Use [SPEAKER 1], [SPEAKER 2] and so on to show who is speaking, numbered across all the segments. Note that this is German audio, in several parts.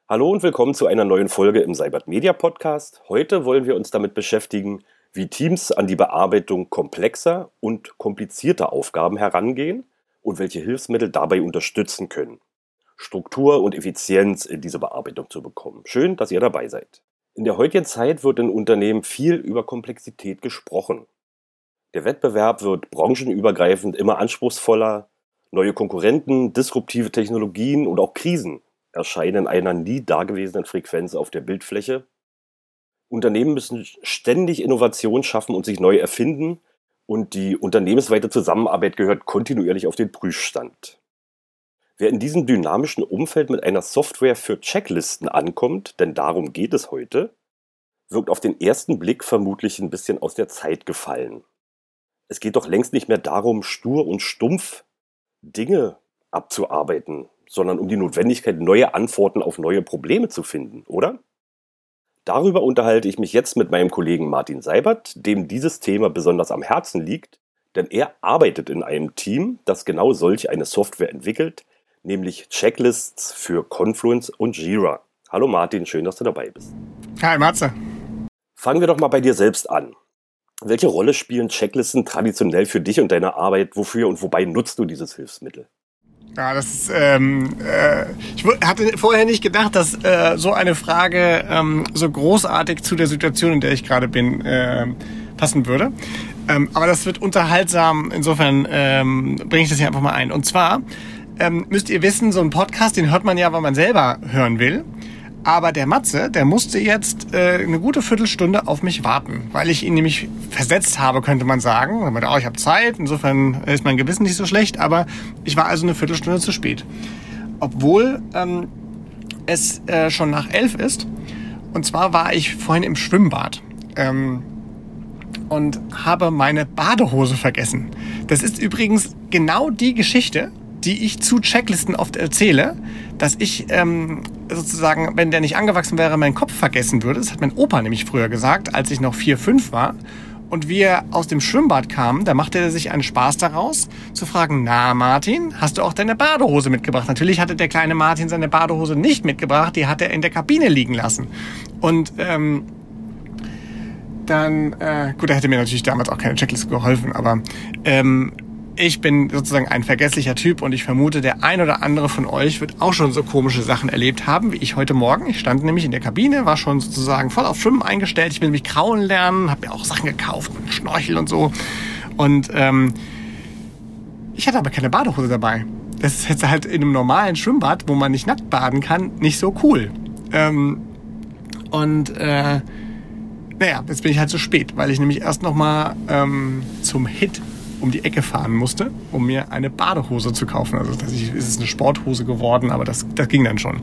[SPEAKER 1] Hallo und willkommen zu einer neuen Folge im Cybert Media Podcast. Heute wollen wir uns damit beschäftigen, wie Teams an die Bearbeitung komplexer und komplizierter Aufgaben herangehen und welche Hilfsmittel dabei unterstützen können, Struktur und Effizienz in diese Bearbeitung zu bekommen. Schön, dass ihr dabei seid. In der heutigen Zeit wird in Unternehmen viel über Komplexität gesprochen. Der Wettbewerb wird branchenübergreifend immer anspruchsvoller, neue Konkurrenten, disruptive Technologien und auch Krisen erscheinen in einer nie dagewesenen Frequenz auf der Bildfläche. Unternehmen müssen ständig Innovation schaffen und sich neu erfinden und die unternehmensweite Zusammenarbeit gehört kontinuierlich auf den Prüfstand. Wer in diesem dynamischen Umfeld mit einer Software für Checklisten ankommt, denn darum geht es heute, wirkt auf den ersten Blick vermutlich ein bisschen aus der Zeit gefallen. Es geht doch längst nicht mehr darum, stur und stumpf Dinge abzuarbeiten, sondern um die Notwendigkeit, neue Antworten auf neue Probleme zu finden, oder? Darüber unterhalte ich mich jetzt mit meinem Kollegen Martin Seibert, dem dieses Thema besonders am Herzen liegt, denn er arbeitet in einem Team, das genau solch eine Software entwickelt, nämlich Checklists für Confluence und Jira. Hallo Martin, schön, dass du dabei bist.
[SPEAKER 2] Hi Matze.
[SPEAKER 1] Fangen wir doch mal bei dir selbst an. Welche Rolle spielen Checklisten traditionell für dich und deine Arbeit? Wofür und wobei nutzt du dieses Hilfsmittel?
[SPEAKER 2] Ja, das ist, ich hatte vorher nicht gedacht, dass so eine Frage so großartig zu der Situation, in der ich gerade bin, passen würde. Aber das wird unterhaltsam, insofern bringe ich das hier einfach mal ein. Und zwar müsst ihr wissen, so ein Podcast, den hört man ja, weil man selber hören will. Aber der Matze, der musste jetzt eine gute Viertelstunde auf mich warten, weil ich ihn nämlich versetzt habe, könnte man sagen. Ich meinte, ich habe Zeit, insofern ist mein Gewissen nicht so schlecht, aber ich war also eine Viertelstunde zu spät. Obwohl es schon nach 11 ist. Und zwar war ich vorhin im Schwimmbad und habe meine Badehose vergessen. Das ist übrigens genau die Geschichte, die ich zu Checklisten oft erzähle, dass ich sozusagen, wenn der nicht angewachsen wäre, meinen Kopf vergessen würde. Das hat mein Opa nämlich früher gesagt, als ich noch 4, 5 war. Und wir aus dem Schwimmbad kamen, da machte er sich einen Spaß daraus, zu fragen, na Martin, hast du auch deine Badehose mitgebracht? Natürlich hatte der kleine Martin seine Badehose nicht mitgebracht, die hat er in der Kabine liegen lassen. Und dann, gut, er hätte mir natürlich damals auch keine Checkliste geholfen, aber ich bin sozusagen ein vergesslicher Typ und ich vermute, der ein oder andere von euch wird auch schon so komische Sachen erlebt haben, wie ich heute Morgen. Ich stand nämlich in der Kabine, war schon sozusagen voll auf Schwimmen eingestellt. Ich will nämlich krauen lernen, habe mir auch Sachen gekauft, einen Schnorchel und so. Und ich hatte aber keine Badehose dabei. Das ist jetzt halt in einem normalen Schwimmbad, wo man nicht nackt baden kann, nicht so cool. Naja, jetzt bin ich halt zu spät, weil ich nämlich erst nochmal zum Hit um die Ecke fahren musste, um mir eine Badehose zu kaufen. Also ist es eine Sporthose geworden, aber das ging dann schon.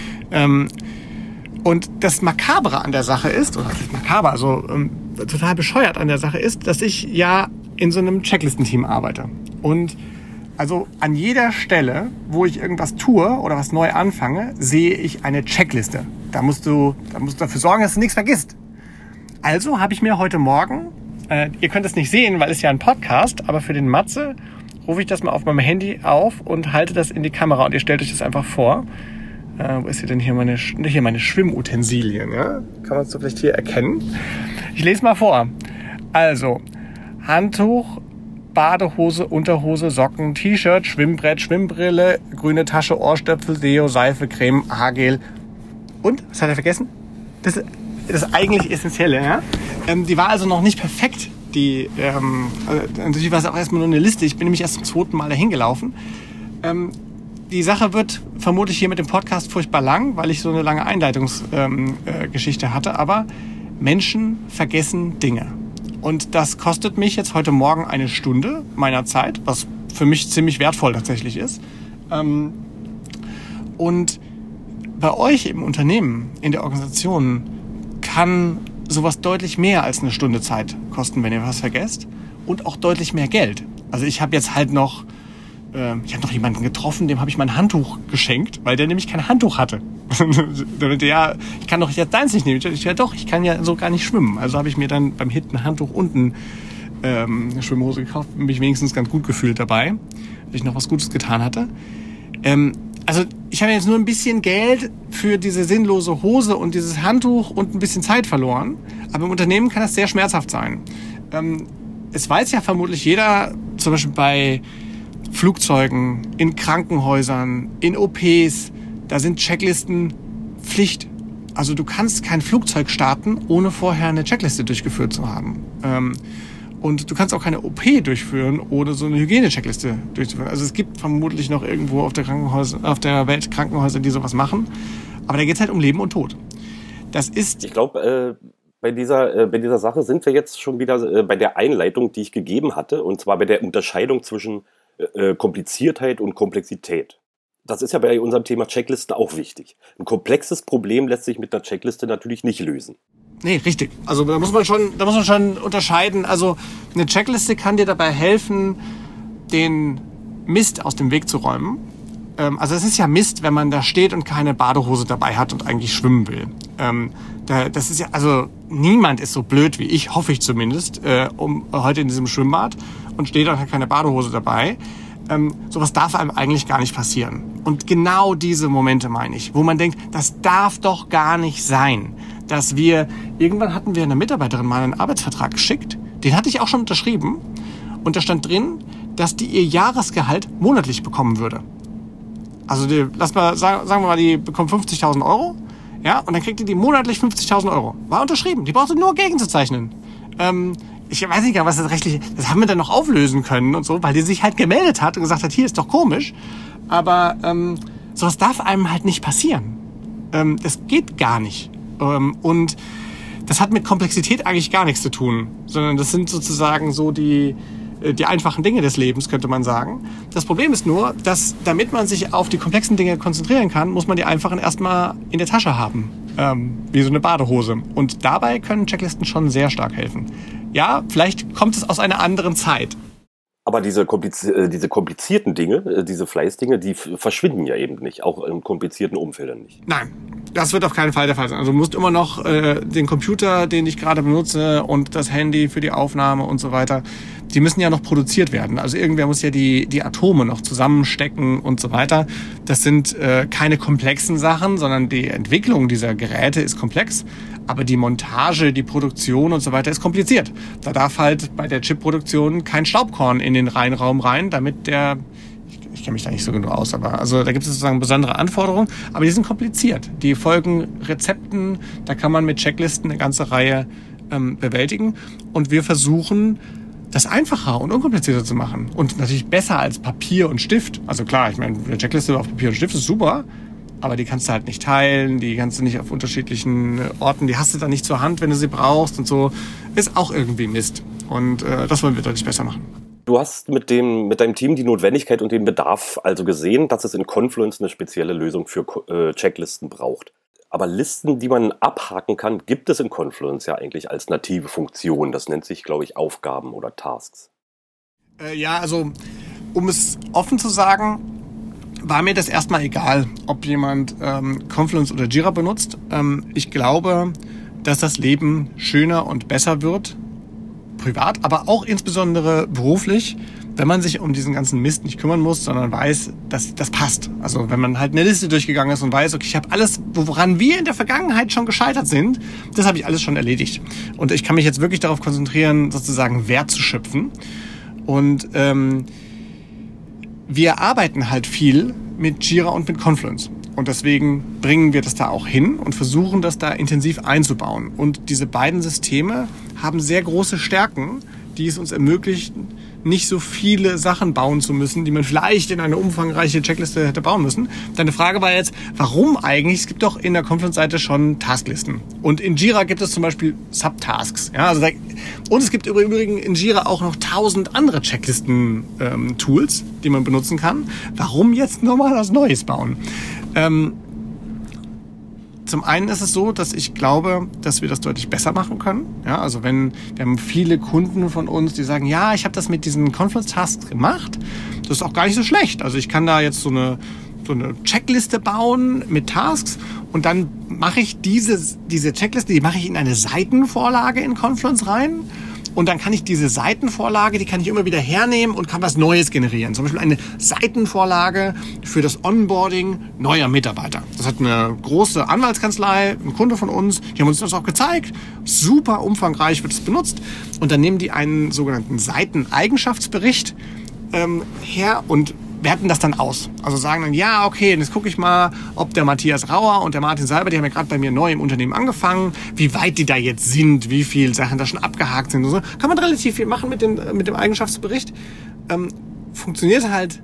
[SPEAKER 2] Und das Makabere an der Sache ist, oder nicht makaber, also total bescheuert an der Sache ist, dass ich ja in so einem Checklistenteam arbeite. Und also an jeder Stelle, wo ich irgendwas tue oder was neu anfange, sehe ich eine Checkliste. Da musst du dafür sorgen, dass du nichts vergisst. Also habe ich mir heute Morgen, ihr könnt es nicht sehen, weil es ja ein Podcast, aber für den Matze rufe ich das mal auf meinem Handy auf und halte das in die Kamera und ihr stellt euch das einfach vor. Wo ist denn hier meine Schwimmutensilien? Ja? Kann man es so vielleicht hier erkennen? Ich lese mal vor. Also, Handtuch, Badehose, Unterhose, Socken, T-Shirt, Schwimmbrett, Schwimmbrille, grüne Tasche, Ohrstöpsel, Deo, Seife, Creme, Haargel. Und? Was hat er vergessen? Das eigentlich Essentielle, ja? Die war also noch nicht perfekt. Natürlich war es auch erstmal nur eine Liste. Ich bin nämlich erst zum 2. Mal dahin gelaufen. Die Sache wird vermutlich hier mit dem Podcast furchtbar lang, weil ich so eine lange Einleitungsgeschichte hatte. Aber Menschen vergessen Dinge. Und das kostet mich jetzt heute Morgen eine Stunde meiner Zeit, was für mich ziemlich wertvoll tatsächlich ist. Und bei euch im Unternehmen, in der Organisation, kann sowas deutlich mehr als eine Stunde Zeit kosten, wenn ihr was vergesst. Und auch deutlich mehr Geld. Also ich habe jetzt halt noch jemanden getroffen, dem habe ich mein Handtuch geschenkt, weil der nämlich kein Handtuch hatte. Ich kann doch jetzt deins nicht nehmen. Ich kann ja so gar nicht schwimmen. Also habe ich mir dann beim Hit ein Handtuch und eine Schwimmhose gekauft, mich wenigstens ganz gut gefühlt dabei, weil ich noch was Gutes getan hatte. Also ich habe jetzt nur ein bisschen Geld für diese sinnlose Hose und dieses Handtuch und ein bisschen Zeit verloren. Aber im Unternehmen kann das sehr schmerzhaft sein. Es weiß ja vermutlich jeder, zum Beispiel bei Flugzeugen, in Krankenhäusern, in OPs, da sind Checklisten Pflicht. Also du kannst kein Flugzeug starten, ohne vorher eine Checkliste durchgeführt zu haben. Und du kannst auch keine OP durchführen, ohne so eine Hygiene-Checkliste durchzuführen. Also es gibt vermutlich noch irgendwo auf der Welt Krankenhäuser, die sowas machen. Aber da geht es halt um Leben und Tod. Das ist...
[SPEAKER 1] Ich glaube, bei dieser Sache sind wir jetzt schon wieder bei der Einleitung, die ich gegeben hatte. Und zwar bei der Unterscheidung zwischen Kompliziertheit und Komplexität. Das ist ja bei unserem Thema Checklisten auch wichtig. Ein komplexes Problem lässt sich mit einer Checkliste natürlich nicht lösen.
[SPEAKER 2] Nee, richtig. Also da muss man schon unterscheiden. Also eine Checkliste kann dir dabei helfen, den Mist aus dem Weg zu räumen. Also es ist ja Mist, wenn man da steht und keine Badehose dabei hat und eigentlich schwimmen will. Das ist ja, also niemand ist so blöd wie ich, hoffe ich zumindest, heute in diesem Schwimmbad und steht und hat keine Badehose dabei. Sowas darf einem eigentlich gar nicht passieren. Und genau diese Momente meine ich, wo man denkt, das darf doch gar nicht sein. Irgendwann hatten wir einer Mitarbeiterin mal einen Arbeitsvertrag geschickt, den hatte ich auch schon unterschrieben und da stand drin, dass die ihr Jahresgehalt monatlich bekommen würde. Also sagen wir mal, die bekommt 50.000 €, ja, und dann kriegt die monatlich 50.000 €. War unterschrieben, die brauchte nur gegenzuzeichnen. Ich weiß nicht, was das rechtlich, das haben wir dann noch auflösen können und so, weil die sich halt gemeldet hat und gesagt hat, hier ist doch komisch, aber sowas darf einem halt nicht passieren. Das geht gar nicht. Und das hat mit Komplexität eigentlich gar nichts zu tun, sondern das sind sozusagen so die einfachen Dinge des Lebens, könnte man sagen. Das Problem ist nur, dass damit man sich auf die komplexen Dinge konzentrieren kann, muss man die einfachen erstmal in der Tasche haben, wie so eine Badehose. Und dabei können Checklisten schon sehr stark helfen. Ja, vielleicht kommt es aus einer anderen Zeit.
[SPEAKER 1] Aber diese komplizierten Dinge, diese Fleißdinge, die verschwinden ja eben nicht, auch in komplizierten Umfeldern nicht.
[SPEAKER 2] Nein, das wird auf keinen Fall der Fall sein. Also du musst immer noch den Computer, den ich gerade benutze, und das Handy für die Aufnahme und so weiter, die müssen ja noch produziert werden. Also irgendwer muss ja die Atome noch zusammenstecken und so weiter. Das sind keine komplexen Sachen, sondern die Entwicklung dieser Geräte ist komplex. Aber die Montage, die Produktion und so weiter ist kompliziert. Da darf halt bei der Chip-Produktion kein Staubkorn in den Reinraum rein, damit ich kenne mich da nicht so genau aus, aber also da gibt es sozusagen besondere Anforderungen, aber die sind kompliziert. Die folgen Rezepten, da kann man mit Checklisten eine ganze Reihe bewältigen. Und wir versuchen, das einfacher und unkomplizierter zu machen. Und natürlich besser als Papier und Stift. Also klar, ich meine, eine Checkliste auf Papier und Stift ist super, aber die kannst du halt nicht teilen, die kannst du nicht auf unterschiedlichen Orten, die hast du dann nicht zur Hand, wenn du sie brauchst und so. Ist auch irgendwie Mist. Und das wollen wir deutlich besser machen.
[SPEAKER 1] Du hast mit deinem Team die Notwendigkeit und den Bedarf also gesehen, dass es in Confluence eine spezielle Lösung für Checklisten braucht. Aber Listen, die man abhaken kann, gibt es in Confluence ja eigentlich als native Funktion. Das nennt sich, glaube ich, Aufgaben oder Tasks.
[SPEAKER 2] Ja, also um es offen zu sagen, war mir das erstmal egal, ob jemand Confluence oder Jira benutzt. Ich glaube, dass das Leben schöner und besser wird, privat, aber auch insbesondere beruflich, wenn man sich um diesen ganzen Mist nicht kümmern muss, sondern weiß, dass das passt. Also wenn man halt eine Liste durchgegangen ist und weiß, okay, ich habe alles, woran wir in der Vergangenheit schon gescheitert sind, das habe ich alles schon erledigt. Und ich kann mich jetzt wirklich darauf konzentrieren, sozusagen Wert zu schöpfen. Und wir arbeiten halt viel mit Jira und mit Confluence. Und deswegen bringen wir das da auch hin und versuchen das da intensiv einzubauen. Und diese beiden Systeme haben sehr große Stärken, die es uns ermöglichen, nicht so viele Sachen bauen zu müssen, die man vielleicht in eine umfangreiche Checkliste hätte bauen müssen. Deine Frage war jetzt, warum eigentlich? Es gibt doch in der Confluence-Seite schon Tasklisten. Und in Jira gibt es zum Beispiel Subtasks. Ja, also und es gibt übrigens in Jira auch noch 1000 andere Checklisten-Tools, die man benutzen kann. Warum jetzt nochmal was Neues bauen? Zum einen ist es so, dass ich glaube, dass wir das deutlich besser machen können. Ja, also wir haben viele Kunden von uns, die sagen, ja, ich habe das mit diesen Confluence-Tasks gemacht. Das ist auch gar nicht so schlecht. Also ich kann da jetzt so eine Checkliste bauen mit Tasks und dann mache ich diese Checkliste, die mache ich in eine Seitenvorlage in Confluence rein Und dann kann ich diese Seitenvorlage, die kann ich immer wieder hernehmen und kann was Neues generieren. Zum Beispiel eine Seitenvorlage für das Onboarding neuer Mitarbeiter. Das hat eine große Anwaltskanzlei, ein Kunde von uns, die haben uns das auch gezeigt. Super umfangreich wird es benutzt. Und dann nehmen die einen sogenannten Seiteneigenschaftsbericht her und werten das dann aus. Also sagen dann, ja, okay, jetzt gucke ich mal, ob der Matthias Rauer und der Martin Seibert, die haben ja gerade bei mir neu im Unternehmen angefangen, wie weit die da jetzt sind, wie viele Sachen da schon abgehakt sind und so. Kann man relativ viel machen mit dem Eigenschaftsbericht. Funktioniert halt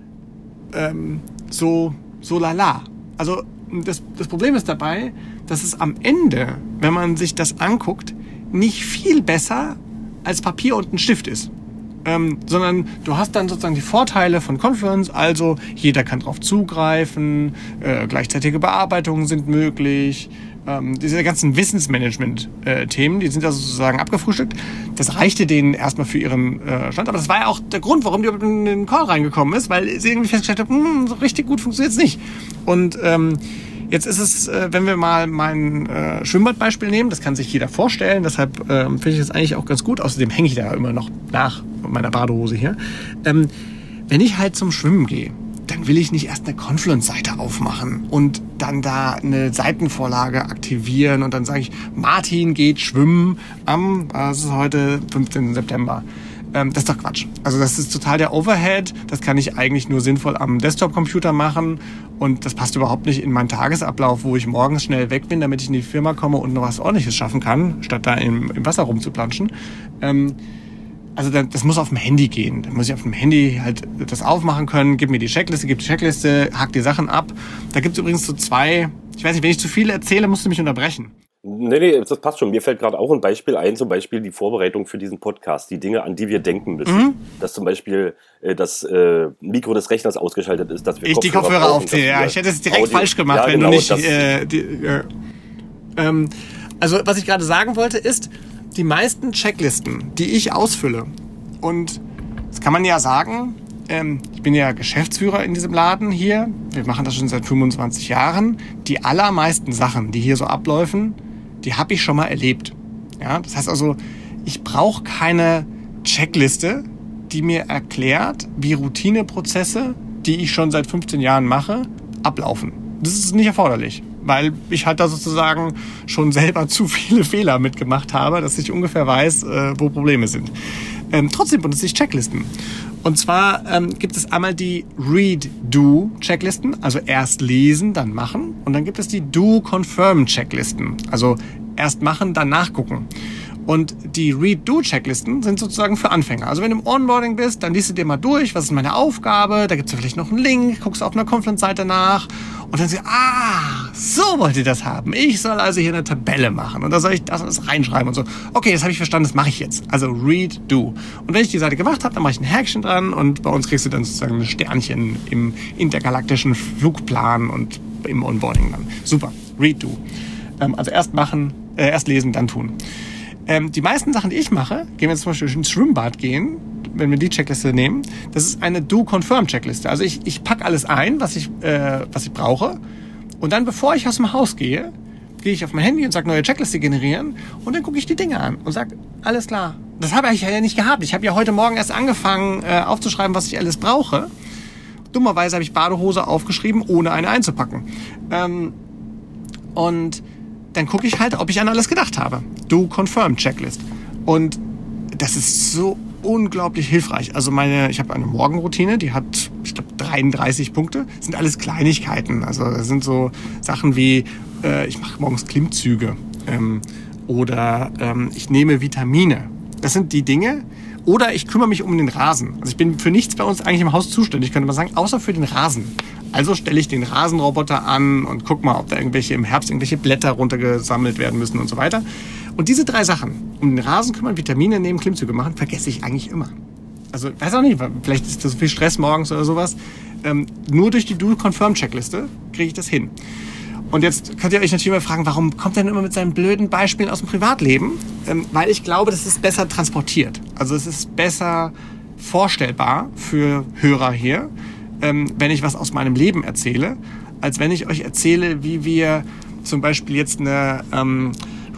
[SPEAKER 2] so lala. Also das Problem ist dabei, dass es am Ende, wenn man sich das anguckt, nicht viel besser als Papier und ein Stift ist. Sondern du hast dann sozusagen die Vorteile von Confluence, also jeder kann drauf zugreifen, gleichzeitige Bearbeitungen sind möglich, diese ganzen Wissensmanagement-Themen, die sind da sozusagen abgefrühstückt. Das reichte denen erstmal für ihren Stand, aber das war ja auch der Grund, warum die in den Call reingekommen ist, weil sie irgendwie festgestellt haben, so richtig gut funktioniert es nicht. Und jetzt ist es, wenn wir mal mein Schwimmbadbeispiel nehmen, das kann sich jeder vorstellen, deshalb finde ich das eigentlich auch ganz gut. Außerdem hänge ich da immer noch nach meiner Badehose hier. Wenn ich halt zum Schwimmen gehe, dann will ich nicht erst eine Confluence-Seite aufmachen und dann da eine Seitenvorlage aktivieren und dann sage ich, Martin geht schwimmen das ist heute 15. September. Das ist doch Quatsch. Also das ist total der Overhead. Das kann ich eigentlich nur sinnvoll am Desktop-Computer machen. Und das passt überhaupt nicht in meinen Tagesablauf, wo ich morgens schnell weg bin, damit ich in die Firma komme und noch was Ordentliches schaffen kann, statt da im Wasser rumzuplanschen. Also das muss auf dem Handy gehen. Da muss ich auf dem Handy halt das aufmachen können. Gib die Checkliste, hack die Sachen ab. Da gibt's übrigens so zwei, ich weiß nicht, wenn ich zu viel erzähle, musst du mich unterbrechen.
[SPEAKER 1] Nee, das passt schon. Mir fällt gerade auch ein Beispiel ein, zum Beispiel die Vorbereitung für diesen Podcast, die Dinge, an die wir denken müssen. Dass zum Beispiel das Mikro des Rechners ausgeschaltet ist, dass wir
[SPEAKER 2] die Kopfhörer aufziehe. Ja, ich hätte es direkt falsch gemacht, ja, wenn genau, du nicht... Also, was ich gerade sagen wollte, ist, die meisten Checklisten, die ich ausfülle, und das kann man ja sagen, ich bin ja Geschäftsführer in diesem Laden hier, wir machen das schon seit 25 Jahren, die allermeisten Sachen, die hier so abläufen, die habe ich schon mal erlebt. Ja, das heißt also, ich brauche keine Checkliste, die mir erklärt, wie Routineprozesse, die ich schon seit 15 Jahren mache, ablaufen. Das ist nicht erforderlich, weil ich halt da sozusagen schon selber zu viele Fehler mitgemacht habe, dass ich ungefähr weiß, wo Probleme sind. Trotzdem benutze ich Checklisten. Und zwar gibt es einmal die Read-Do-Checklisten, also erst lesen, dann machen. Und dann gibt es die Do-Confirm-Checklisten, also erst machen, dann nachgucken. Und die Read-Do-Checklisten sind sozusagen für Anfänger. Also wenn du im Onboarding bist, dann liest du dir mal durch, was ist meine Aufgabe, da gibt es ja vielleicht noch einen Link, guckst auf einer Confluence-Seite nach und dann sagst du, so wollt ihr das haben. Ich soll also hier eine Tabelle machen und da soll ich das und das reinschreiben und so. Okay, das habe ich verstanden, das mache ich jetzt. Also Read-Do. Und wenn ich die Seite gemacht habe, dann mache ich ein Häkchen dran und bei uns kriegst du dann sozusagen ein Sternchen im intergalaktischen Flugplan und im Onboarding dann. Super, Read-Do. Also erst machen, erst lesen, dann tun. Die meisten Sachen, die ich mache, gehen wir jetzt zum Beispiel ins Schwimmbad gehen, wenn wir die Checkliste nehmen, das ist eine Do-Confirm-Checkliste. Also ich packe alles ein, was ich brauche. Und dann, bevor ich aus dem Haus gehe ich auf mein Handy und sage, neue Checkliste generieren. Und dann gucke ich die Dinge an und sage, alles klar. Das habe ich ja nicht gehabt. Ich habe ja heute Morgen erst angefangen aufzuschreiben, was ich alles brauche. Dummerweise habe ich Badehose aufgeschrieben, ohne eine einzupacken. Und dann gucke ich halt, ob ich an alles gedacht habe. Do-Confirm-Checklist. Und das ist so unglaublich hilfreich. Also ich habe eine Morgenroutine, die hat, ich glaube, 33 Punkte. Das sind alles Kleinigkeiten. Also das sind so Sachen wie, ich mache morgens Klimmzüge oder ich nehme Vitamine. Das sind die Dinge. Oder ich kümmere mich um den Rasen. Also ich bin für nichts bei uns eigentlich im Haus zuständig, könnte man sagen, außer für den Rasen. Also stelle ich den Rasenroboter an und guck mal, ob da im Herbst irgendwelche Blätter runtergesammelt werden müssen und so weiter. Und diese 3 Sachen, um den Rasen kümmern, Vitamine nehmen, Klimmzüge machen, vergesse ich eigentlich immer. Also ich weiß auch nicht, vielleicht ist das so viel Stress morgens oder sowas. Nur durch die Do-Confirm-Checkliste kriege ich das hin. Und jetzt könnt ihr euch natürlich mal fragen, warum kommt er denn immer mit seinen blöden Beispielen aus dem Privatleben? Weil ich glaube, das ist besser transportiert. Also es ist besser vorstellbar für Hörer hier, wenn ich was aus meinem Leben erzähle, als wenn ich euch erzähle, wie wir zum Beispiel jetzt eine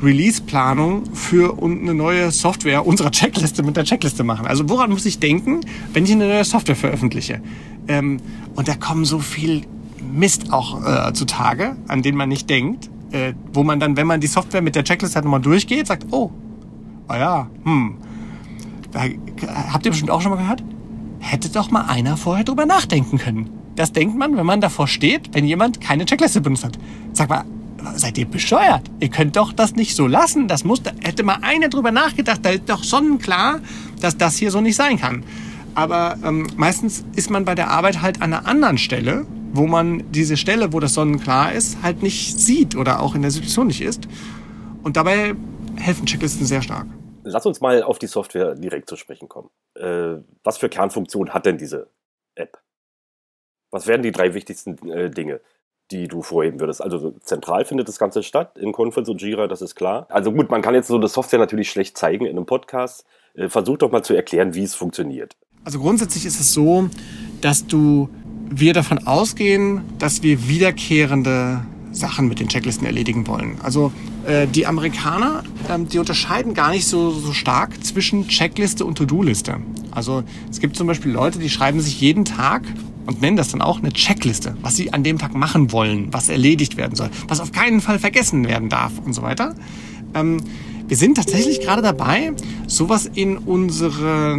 [SPEAKER 2] Release-Planung für eine neue Software unserer Checkliste mit der Checkliste machen. Also woran muss ich denken, wenn ich eine neue Software veröffentliche? Und da kommen so viel Mist auch zutage, an den man nicht denkt, wo man dann, wenn man die Software mit der Checkliste halt nochmal durchgeht, sagt, da habt ihr bestimmt auch schon mal gehört, hätte doch mal einer vorher drüber nachdenken können. Das denkt man, wenn man davor steht, wenn jemand keine Checkliste benutzt hat. Sag mal, seid ihr bescheuert? Ihr könnt doch das nicht so lassen. Hätte mal einer drüber nachgedacht, da ist doch sonnenklar, dass das hier so nicht sein kann. Aber meistens ist man bei der Arbeit halt an einer anderen Stelle, wo man diese Stelle, wo das sonnenklar ist, halt nicht sieht oder auch in der Situation nicht ist. Und dabei helfen Checklisten sehr stark.
[SPEAKER 1] Lass uns mal auf die Software direkt zu sprechen kommen. Was für Kernfunktionen hat denn diese App? Was wären die 3 wichtigsten Dinge, die du vorheben würdest? Also zentral findet das Ganze statt, in Confluence und Jira, das ist klar. Also gut, man kann jetzt so eine Software natürlich schlecht zeigen in einem Podcast. Versuch doch mal zu erklären, wie es funktioniert.
[SPEAKER 2] Also grundsätzlich ist es so, dass wir davon ausgehen, dass wir wiederkehrende Sachen mit den Checklisten erledigen wollen. Also die Amerikaner, die unterscheiden gar nicht so stark zwischen Checkliste und To-Do-Liste. Also es gibt zum Beispiel Leute, die schreiben sich jeden Tag und nennen das dann auch eine Checkliste, was sie an dem Tag machen wollen, was erledigt werden soll, was auf keinen Fall vergessen werden darf und so weiter. Wir sind tatsächlich gerade dabei, sowas in unser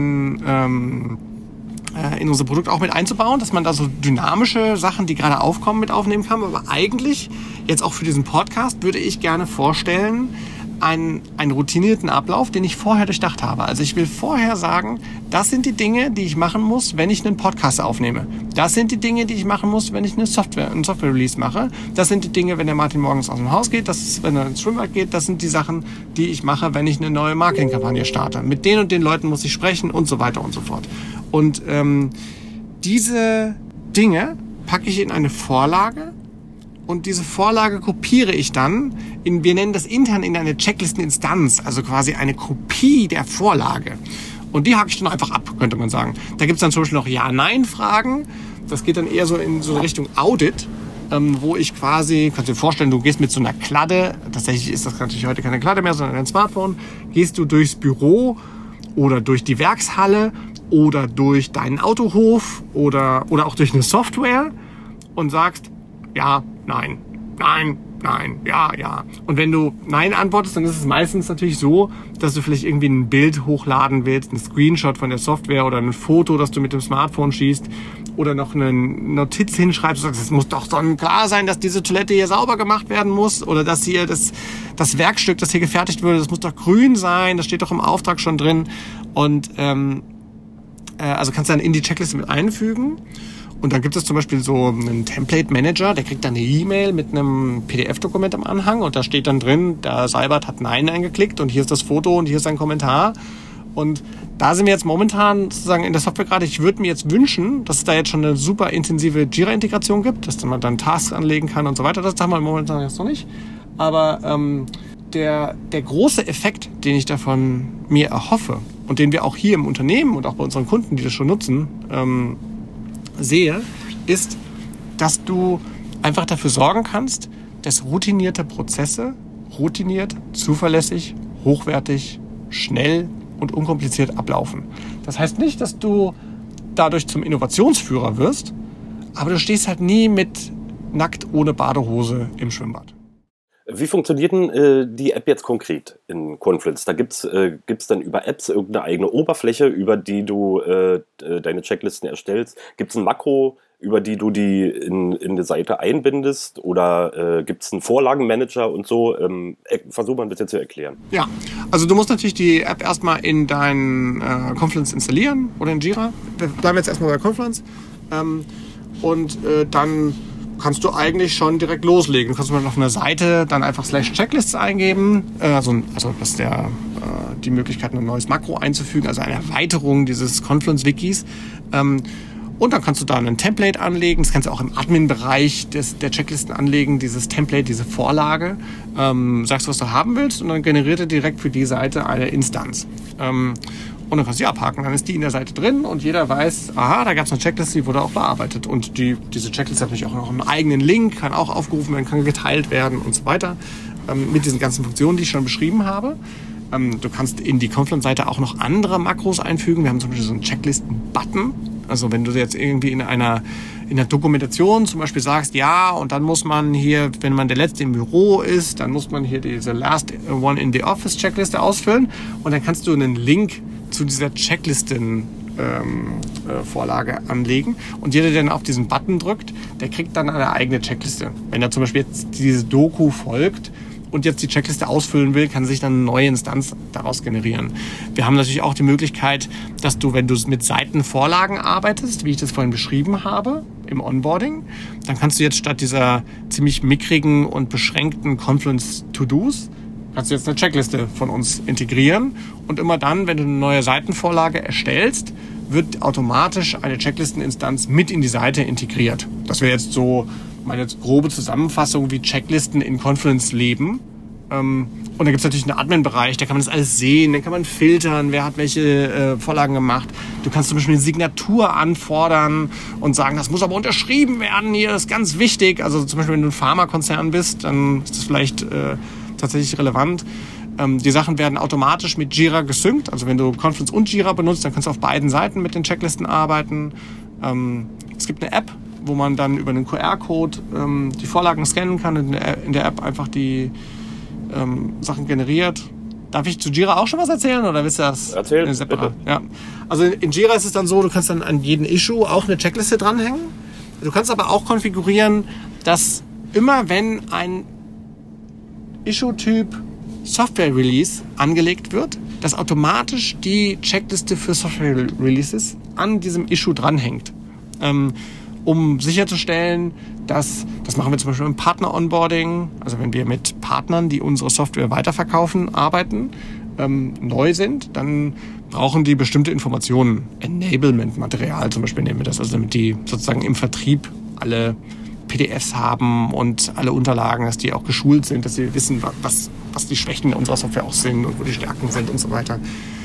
[SPEAKER 2] Produkt auch mit einzubauen, dass man da so dynamische Sachen, die gerade aufkommen, mit aufnehmen kann. Aber eigentlich, jetzt auch für diesen Podcast, würde ich gerne vorstellen, einen routinierten Ablauf, den ich vorher durchdacht habe. Also ich will vorher sagen, das sind die Dinge, die ich machen muss, wenn ich einen Podcast aufnehme. Das sind die Dinge, die ich machen muss, wenn ich einen Software-Release mache. Das sind die Dinge, wenn der Martin morgens aus dem Haus geht. Das ist, wenn er ins Schwimmbad geht. Das sind die Sachen, die ich mache, wenn ich eine neue Marketingkampagne starte. Mit den und den Leuten muss ich sprechen und so weiter und so fort. Und diese Dinge packe ich in eine Vorlage und diese Vorlage kopiere ich dann wir nennen das intern in eine Checklisteninstanz, also quasi eine Kopie der Vorlage. Und die hake ich dann einfach ab, könnte man sagen. Da gibt es dann zum Beispiel noch Ja-Nein-Fragen. Das geht dann eher so in so Richtung Audit, wo ich quasi, kannst du dir vorstellen, du gehst mit so einer Kladde, tatsächlich ist das natürlich heute keine Kladde mehr, sondern ein Smartphone, gehst du durchs Büro oder durch die Werkshalle oder durch deinen Autohof oder auch durch eine Software und sagst, ja, nein, nein, nein, ja, ja. Und wenn du Nein antwortest, dann ist es meistens natürlich so, dass du vielleicht irgendwie ein Bild hochladen willst, ein Screenshot von der Software oder ein Foto, das du mit dem Smartphone schießt oder noch eine Notiz hinschreibst und sagst, es muss doch sonnenklar sein, dass diese Toilette hier sauber gemacht werden muss oder dass hier das Werkstück, das hier gefertigt wurde, das muss doch grün sein, das steht doch im Auftrag schon drin. Und also kannst du dann in die Checkliste mit einfügen. Und dann gibt es zum Beispiel so einen Template-Manager, der kriegt dann eine E-Mail mit einem PDF-Dokument am Anhang und da steht dann drin, der Seibert hat Nein eingeklickt und hier ist das Foto und hier ist ein Kommentar. Und da sind wir jetzt momentan sozusagen in der Software gerade. Ich würde mir jetzt wünschen, dass es da jetzt schon eine super intensive Jira-Integration gibt, dass man dann Tasks anlegen kann und so weiter. Das haben wir momentan jetzt noch nicht. Aber der große Effekt, den ich davon mir erhoffe und den wir auch hier im Unternehmen und auch bei unseren Kunden, die das schon nutzen, sehe, ist, dass du einfach dafür sorgen kannst, dass routinierte Prozesse routiniert, zuverlässig, hochwertig, schnell und unkompliziert ablaufen. Das heißt nicht, dass du dadurch zum Innovationsführer wirst, aber du stehst halt nie mit nackt ohne Badehose im Schwimmbad.
[SPEAKER 1] Wie funktioniert denn die App jetzt konkret in Confluence? Da gibt's dann über Apps irgendeine eigene Oberfläche, über die du deine Checklisten erstellst? Gibt es ein Makro, über die du die in eine Seite einbindest? Oder gibt es einen Vorlagenmanager und so? Versuch mal ein bisschen zu erklären.
[SPEAKER 2] Ja, also du musst natürlich die App erstmal in dein Confluence installieren oder in Jira. Wir bleiben jetzt erstmal bei Confluence. Dann kannst du eigentlich schon direkt loslegen. Du kannst mal auf einer Seite dann einfach /checklists eingeben. Also das ist die Möglichkeit, ein neues Makro einzufügen, also eine Erweiterung dieses Confluence-Wikis. Und dann kannst du da ein Template anlegen. Das kannst du auch im Admin-Bereich der Checklisten anlegen, dieses Template, diese Vorlage. Sagst, was du haben willst und dann generiert er direkt für die Seite eine Instanz. Und dann kannst du die abhaken. Dann ist die in der Seite drin und jeder weiß, aha, da gab es eine Checkliste, die wurde auch bearbeitet. Und diese Checkliste hat natürlich auch noch einen eigenen Link, kann auch aufgerufen werden, kann geteilt werden und so weiter. mit diesen ganzen Funktionen, die ich schon beschrieben habe. Du kannst in die Confluence-Seite auch noch andere Makros einfügen. Wir haben zum Beispiel so einen Checklisten-Button. Also wenn du jetzt irgendwie in der Dokumentation zum Beispiel sagst, ja, und dann muss man hier, wenn man der Letzte im Büro ist, dann muss man hier diese Last One in the Office Checkliste ausfüllen. Und dann kannst du einen Link zu dieser Checklisten-Vorlage anlegen. Und jeder, der dann auf diesen Button drückt, der kriegt dann eine eigene Checkliste. Wenn er zum Beispiel jetzt diese Doku folgt und jetzt die Checkliste ausfüllen will, kann sich dann eine neue Instanz daraus generieren. Wir haben natürlich auch die Möglichkeit, dass du, wenn du mit Seitenvorlagen arbeitest, wie ich das vorhin beschrieben habe, im Onboarding, dann kannst du jetzt statt dieser ziemlich mickrigen und beschränkten Confluence To-Dos, kannst du jetzt eine Checkliste von uns integrieren. Und immer dann, wenn du eine neue Seitenvorlage erstellst, wird automatisch eine Checklisteninstanz mit in die Seite integriert. Das wäre jetzt so meine grobe Zusammenfassung, wie Checklisten in Confluence leben. Und da gibt es natürlich einen Admin-Bereich, da kann man das alles sehen, da kann man filtern, wer hat welche Vorlagen gemacht. Du kannst zum Beispiel eine Signatur anfordern und sagen, das muss aber unterschrieben werden hier, das ist ganz wichtig. Also zum Beispiel, wenn du ein Pharmakonzern bist, dann ist das vielleicht tatsächlich relevant. Die Sachen werden automatisch mit Jira gesynkt. Also wenn du Confluence und Jira benutzt, dann kannst du auf beiden Seiten mit den Checklisten arbeiten. Es gibt eine App, wo man dann über einen QR-Code die Vorlagen scannen kann und in der App einfach die Sachen generiert. Darf ich zu Jira auch schon was erzählen oder willst du das?
[SPEAKER 1] Erzähl, bitte.
[SPEAKER 2] Ja. Also in Jira ist es dann so, du kannst dann an jeden Issue auch eine Checkliste dranhängen. Du kannst aber auch konfigurieren, dass immer wenn ein Issue-Typ Software-Release angelegt wird, dass automatisch die Checkliste für Software-Releases an diesem Issue dranhängt. Um sicherzustellen, das machen wir zum Beispiel im Partner-Onboarding, also wenn wir mit Partnern, die unsere Software weiterverkaufen, arbeiten, neu sind, dann brauchen die bestimmte Informationen, Enablement-Material zum Beispiel nehmen wir das, also damit die sozusagen im Vertrieb alle PDFs haben und alle Unterlagen, dass die auch geschult sind, dass sie wissen, was die Schwächen unserer Software auch sind und wo die Stärken sind und so weiter.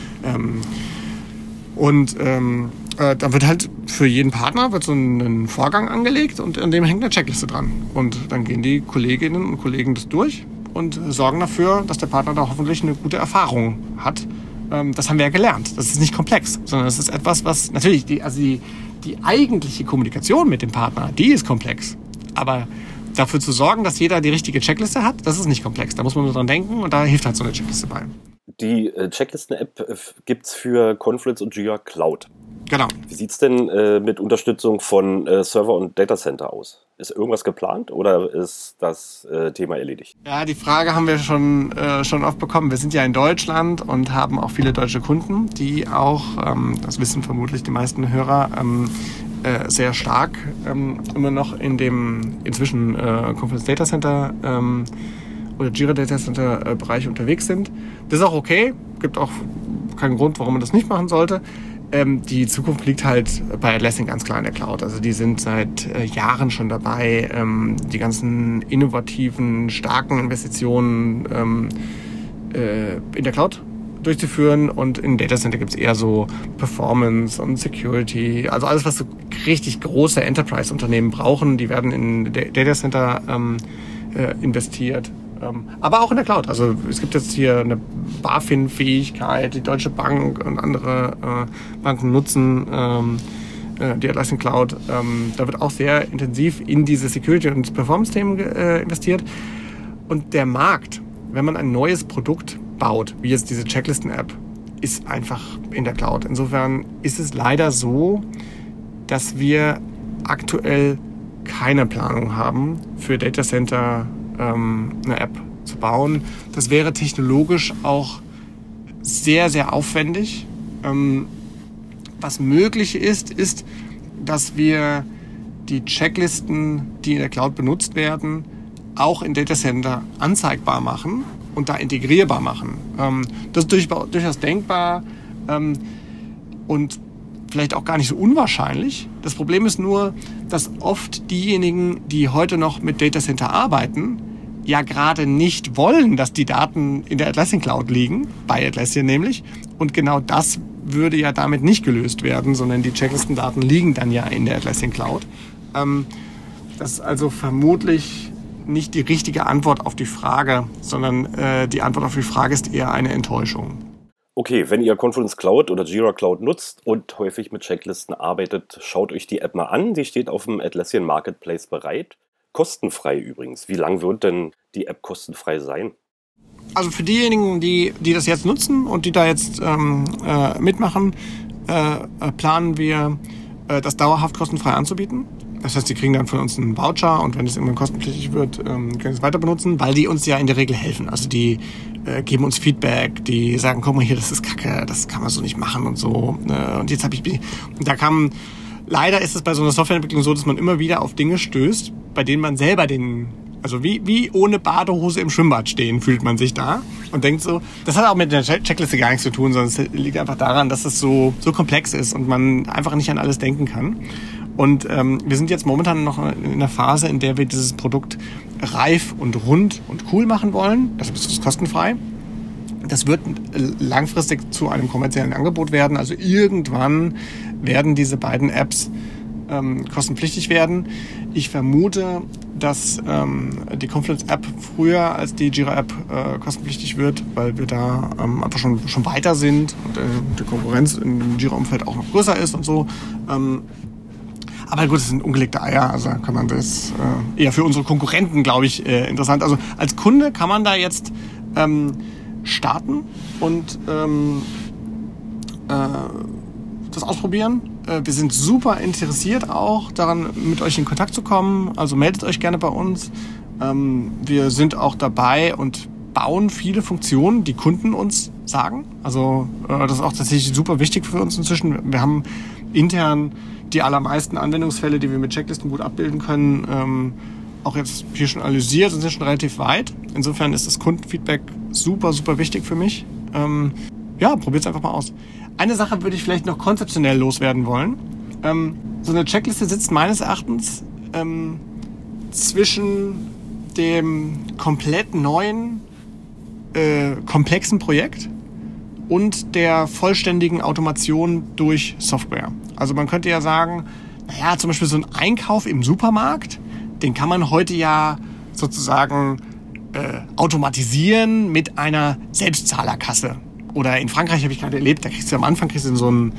[SPEAKER 2] Da wird halt für jeden Partner wird so ein Vorgang angelegt und an dem hängt eine Checkliste dran. Und dann gehen die Kolleginnen und Kollegen das durch und sorgen dafür, dass der Partner da hoffentlich eine gute Erfahrung hat. Das haben wir ja gelernt. Das ist nicht komplex, sondern das ist etwas, was natürlich die eigentliche Kommunikation mit dem Partner, die ist komplex. Aber dafür zu sorgen, dass jeder die richtige Checkliste hat, das ist nicht komplex. Da muss man nur dran denken und da hilft halt so eine Checkliste bei.
[SPEAKER 1] Die Checklisten-App gibt es für Confluence und Jira Cloud.
[SPEAKER 2] Genau.
[SPEAKER 1] Wie sieht es denn mit Unterstützung von Server und Datacenter aus? Ist irgendwas geplant oder ist das Thema erledigt?
[SPEAKER 2] Ja, die Frage haben wir schon oft bekommen. Wir sind ja in Deutschland und haben auch viele deutsche Kunden, die auch, das wissen vermutlich die meisten Hörer, sehr stark immer noch in dem inzwischen Confluence Data Center oder Jira Data Center Bereich unterwegs sind. Das ist auch okay. Gibt auch keinen Grund, warum man das nicht machen sollte. Die Zukunft liegt halt bei Atlassian ganz klar in der Cloud. Also die sind seit Jahren schon dabei, die ganzen innovativen, starken Investitionen in der Cloud durchzuführen. Und in Data Center gibt es eher so Performance und Security. Also alles, was so richtig große Enterprise-Unternehmen brauchen, die werden in Data Center investiert. Aber auch in der Cloud. Also es gibt jetzt hier eine BaFin-Fähigkeit, die Deutsche Bank und andere Banken nutzen die Atlassian Cloud. Da wird auch sehr intensiv in diese Security- und Performance-Themen investiert. Und der Markt, wenn man ein neues Produkt baut, wie jetzt diese Checklisten-App, ist einfach in der Cloud. Insofern ist es leider so, dass wir aktuell keine Planung haben, für Data Center eine App zu bauen. Das wäre technologisch auch sehr, sehr aufwendig. Was möglich ist, dass wir die Checklisten, die in der Cloud benutzt werden, auch in Data Center anzeigbar machen und da integrierbar machen. Das ist durchaus denkbar und vielleicht auch gar nicht so unwahrscheinlich. Das Problem ist nur, dass oft diejenigen, die heute noch mit Data Center arbeiten, ja gerade nicht wollen, dass die Daten in der Atlassian Cloud liegen, bei Atlassian nämlich. Und genau das würde ja damit nicht gelöst werden, sondern die Checklistendaten liegen dann ja in der Atlassian Cloud. Das ist also vermutlich nicht die richtige Antwort auf die Frage, sondern die Antwort auf die Frage ist eher eine Enttäuschung.
[SPEAKER 1] Okay, wenn ihr Confluence Cloud oder Jira Cloud nutzt und häufig mit Checklisten arbeitet, schaut euch die App mal an. Die steht auf dem Atlassian Marketplace bereit. Kostenfrei übrigens. Wie lang wird denn die App kostenfrei sein?
[SPEAKER 2] Also für diejenigen, die das jetzt nutzen und die da jetzt mitmachen, planen wir, das dauerhaft kostenfrei anzubieten. Das heißt, die kriegen dann von uns einen Voucher und wenn es irgendwann kostenpflichtig wird, können sie es weiter benutzen, weil die uns ja in der Regel helfen. Also die geben uns Feedback, die sagen, guck mal hier, das ist Kacke, das kann man so nicht machen und so. Und jetzt leider ist es bei so einer Softwareentwicklung so, dass man immer wieder auf Dinge stößt, bei denen man selber also wie ohne Badehose im Schwimmbad stehen, fühlt man sich da und denkt so, das hat auch mit der Checkliste gar nichts zu tun, sondern es liegt einfach daran, dass es so komplex ist und man einfach nicht an alles denken kann. Und wir sind jetzt momentan noch in einer Phase, in der wir dieses Produkt reif und rund und cool machen wollen. Das ist kostenfrei. Das wird langfristig zu einem kommerziellen Angebot werden. Also irgendwann werden diese beiden Apps kostenpflichtig werden. Ich vermute, dass die Confluence-App früher als die Jira-App kostenpflichtig wird, weil wir da einfach schon weiter sind und die Konkurrenz im Jira-Umfeld auch noch größer ist und so. Aber gut, das sind ungelegte Eier, also kann man das eher für unsere Konkurrenten, glaube ich, interessant. Also als Kunde kann man da jetzt starten und das ausprobieren. Wir sind super interessiert auch daran, mit euch in Kontakt zu kommen. Also meldet euch gerne bei uns. Wir sind auch dabei und bauen viele Funktionen, die Kunden uns sagen. Also das ist auch tatsächlich super wichtig für uns inzwischen. Wir haben intern die allermeisten Anwendungsfälle, die wir mit Checklisten gut abbilden können, auch jetzt hier schon analysiert und sind schon relativ weit. Insofern ist das Kundenfeedback super, super wichtig für mich. Probiert es einfach mal aus. Eine Sache würde ich vielleicht noch konzeptionell loswerden wollen. So eine Checkliste sitzt meines Erachtens zwischen dem komplett neuen, komplexen Projekt und der vollständigen Automation durch Software. Also man könnte ja sagen, naja, zum Beispiel so ein Einkauf im Supermarkt, den kann man heute ja sozusagen automatisieren mit einer Selbstzahlerkasse. Oder in Frankreich habe ich gerade erlebt, da kriegst du am Anfang so einen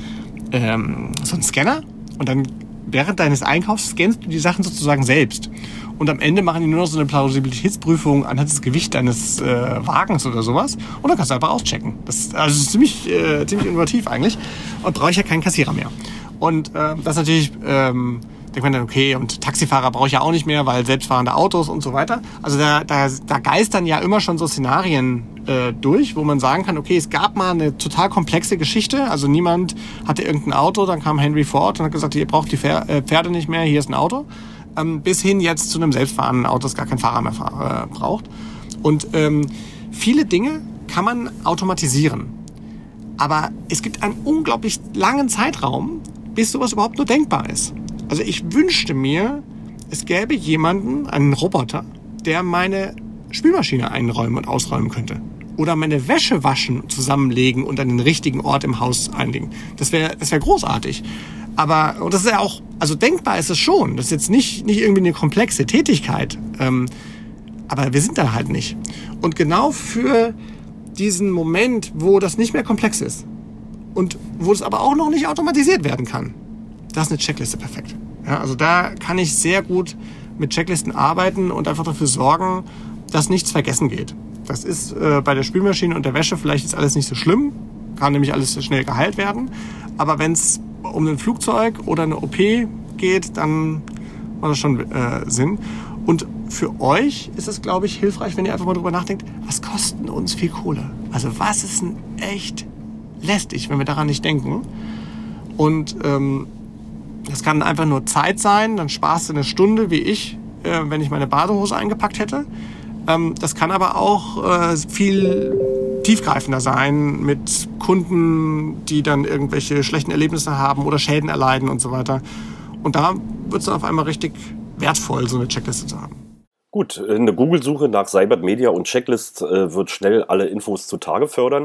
[SPEAKER 2] Scanner und dann während deines Einkaufs scannst du die Sachen sozusagen selbst. Und am Ende machen die nur noch so eine Plausibilitätsprüfung anhand des Gewichts deines Wagens oder sowas. Und dann kannst du einfach auschecken. Das ist ziemlich innovativ eigentlich. Und brauche ich ja keinen Kassierer mehr. Und das natürlich, denkt man dann, okay, und Taxifahrer brauche ich ja auch nicht mehr, weil selbstfahrende Autos und so weiter. Also da geistern ja immer schon so Szenarien durch, wo man sagen kann, okay, es gab mal eine total komplexe Geschichte. Also niemand hatte irgendein Auto, dann kam Henry Ford und hat gesagt, ihr braucht die Pferde nicht mehr, hier ist ein Auto. Bis hin jetzt zu einem selbstfahrenden Auto, das gar kein Fahrer mehr braucht. Und viele Dinge kann man automatisieren. Aber es gibt einen unglaublich langen Zeitraum, bis sowas überhaupt nur denkbar ist. Also ich wünschte mir, es gäbe jemanden, einen Roboter, der meine Spülmaschine einräumen und ausräumen könnte. Oder meine Wäsche waschen, zusammenlegen und an den richtigen Ort im Haus einlegen. Das wäre großartig. Aber, und das ist ja auch, also denkbar ist es schon. Das ist jetzt nicht irgendwie eine komplexe Tätigkeit. Aber wir sind da halt nicht. Und genau für diesen Moment, wo das nicht mehr komplex ist und wo es aber auch noch nicht automatisiert werden kann, da ist eine Checkliste perfekt. Ja, also da kann ich sehr gut mit Checklisten arbeiten und einfach dafür sorgen, dass nichts vergessen geht. Das ist bei der Spülmaschine und der Wäsche vielleicht ist alles nicht so schlimm, kann nämlich alles schnell geheilt werden. Aber wenn es um ein Flugzeug oder eine OP geht, dann macht das schon Sinn. Und für euch ist es, glaube ich, hilfreich, wenn ihr einfach mal drüber nachdenkt, was kosten uns viel Kohle? Also was ist denn echt lästig, wenn wir daran nicht denken? Und das kann einfach nur Zeit sein, dann sparst du eine Stunde, wie ich, wenn ich meine Badehose eingepackt hätte. Das kann aber auch viel tiefgreifender sein mit Kunden, die dann irgendwelche schlechten Erlebnisse haben oder Schäden erleiden und so weiter. Und da wird es dann auf einmal richtig wertvoll, so eine Checkliste zu haben.
[SPEAKER 1] Gut, eine Google-Suche nach Cybert Media und Checklist wird schnell alle Infos zutage fördern.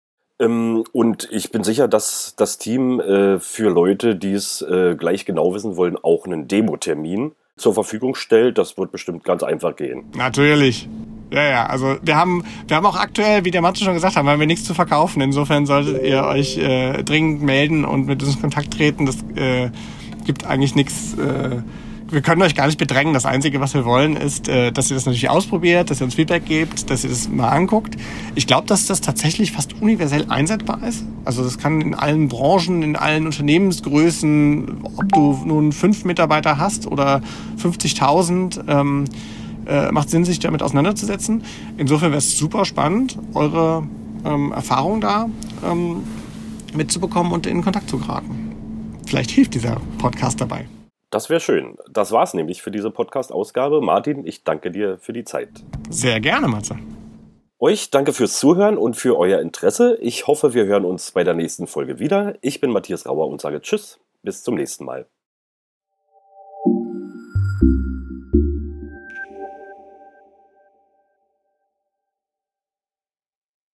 [SPEAKER 1] Und ich bin sicher, dass das Team für Leute, die es gleich genau wissen wollen, auch einen Demo-Termin zur Verfügung stellt. Das wird bestimmt ganz einfach gehen.
[SPEAKER 2] Natürlich. Ja, also wir haben auch aktuell, wie der Matze schon gesagt hat, haben wir nichts zu verkaufen. Insofern solltet ihr euch dringend melden und mit uns in Kontakt treten. Das gibt eigentlich nichts. Wir können euch gar nicht bedrängen. Das Einzige, was wir wollen, ist, dass ihr das natürlich ausprobiert, dass ihr uns Feedback gebt, dass ihr das mal anguckt. Ich glaube, dass das tatsächlich fast universell einsetzbar ist. Also das kann in allen Branchen, in allen Unternehmensgrößen, ob du nun 5 Mitarbeiter hast oder 50.000, macht Sinn, sich damit auseinanderzusetzen. Insofern wäre es super spannend, eure Erfahrungen da mitzubekommen und in Kontakt zu geraten. Vielleicht hilft dieser Podcast dabei.
[SPEAKER 1] Das wäre schön. Das war's nämlich für diese Podcast-Ausgabe. Martin, ich danke dir für die Zeit.
[SPEAKER 2] Sehr gerne, Matze.
[SPEAKER 1] Euch danke fürs Zuhören und für euer Interesse. Ich hoffe, wir hören uns bei der nächsten Folge wieder. Ich bin Matthias Rauer und sage Tschüss. Bis zum nächsten Mal.